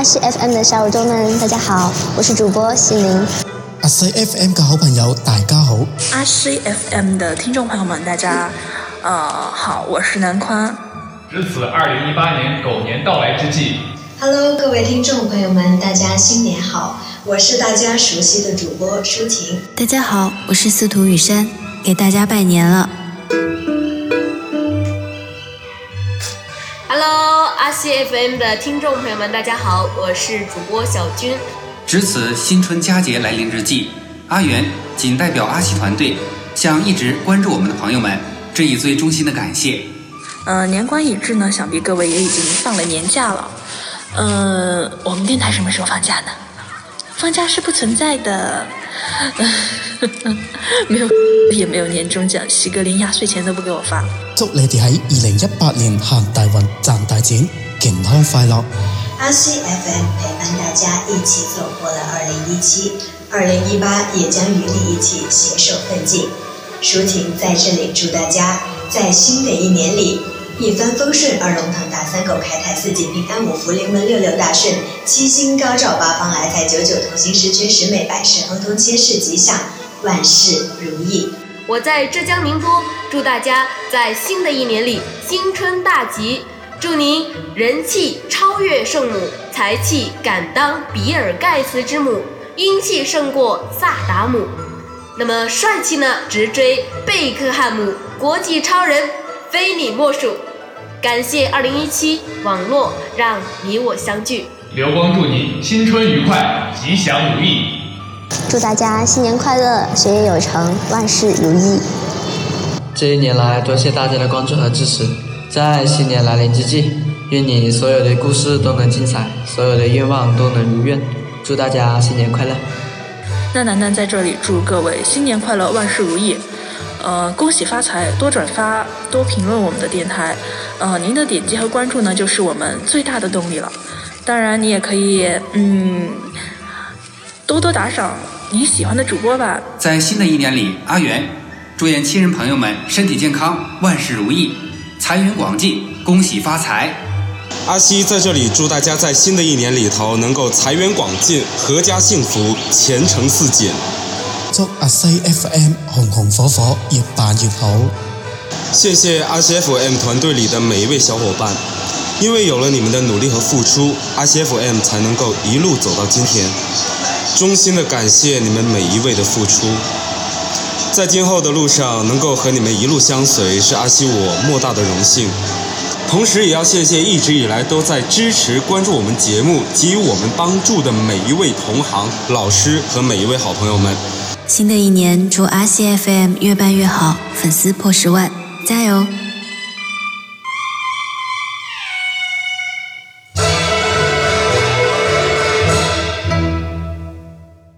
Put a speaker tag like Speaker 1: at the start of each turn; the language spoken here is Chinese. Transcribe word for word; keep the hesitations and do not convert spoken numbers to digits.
Speaker 1: 西 F M 的小耳朵们，大家好，我是主播西宁。
Speaker 2: 阿西 F M 嘅好朋友，大家好。
Speaker 3: 阿西 F M 的听众朋友们，大家呃好，我是南宽。
Speaker 4: 值此二零一八年狗年到来之际
Speaker 5: ，Hello， 各位听众朋友们，大家新年好，我是大家熟悉的主播舒婷。
Speaker 6: 大家好，我是司徒雨珊，给大家拜年了。
Speaker 7: Hello， 阿西 F M 的听众朋友们，大家好，我是主播小军。
Speaker 8: 值此新春佳节来临之际，阿元仅代表阿西团队，向一直关注我们的朋友们致以最衷心的感谢。
Speaker 3: 呃，年关已至呢，想必各位也已经放了年假了。呃，我们电台什么时候放假呢？放假是不存在的，呃、没有也没有年终奖，喜哥连压岁钱都不给我发。
Speaker 2: 祝你哋喺二零一八年行大運賺大錢，健康快樂。
Speaker 5: 阿西 F M 陪伴大家一起走过了二零一七，二零一八也将与你一起携手奋进。舒婷在这里祝大家在新的一年里一帆风顺，二龙腾达，三狗开泰，四季平安，五福临门，六六大顺，七星高照，八方来财，九九同心，十全十美，百事亨通，千事吉祥，万事如意。
Speaker 7: 我在浙江宁波，祝大家在新的一年里新春大吉，祝您人气超越圣母，财气敢当比尔盖茨之母，英气胜过萨达姆，那么帅气呢直追贝克汉姆，国际超人非你莫属。感谢二零一七网络让你我相聚。
Speaker 4: 刘光祝您新春愉快，吉祥如意。
Speaker 1: 祝大家新年快乐，学业有成，万事如意。
Speaker 9: 这一年来，多谢大家的关注和支持。在新年来临之际，愿你所有的故事都能精彩，所有的愿望都能如愿。祝大家新年快乐！
Speaker 3: 那楠楠在这里祝各位新年快乐，万事如意。呃，恭喜发财，多转发，多评论我们的电台。呃，您的点击和关注呢，就是我们最大的动力了。当然，你也可以嗯，多多打赏你喜欢的主播吧。
Speaker 8: 在新的一年里，阿元祝愿亲人朋友们身体健康，万事如意，财源广进，恭喜发财。
Speaker 10: 阿西在这里祝大家在新的一年里头能够财源广进，阖家幸福，前程似锦。
Speaker 2: 祝阿西 F M 紅紅火火，越辦越好。
Speaker 10: 谢谢阿西 F M 团队里的每一位小伙伴，因为有了你们的努力和付出，阿西 F M 才能够一路走到今天。衷心的感谢你们每一位的付出，在今后的路上能够和你们一路相随，是阿西我莫大的荣幸。同时也要谢谢一直以来都在支持关注我们节目，给予我们帮助的每一位同行、老师和每一位好朋友们。
Speaker 6: 新的一年，祝阿西 F M 越办越好，粉丝破十万，加油！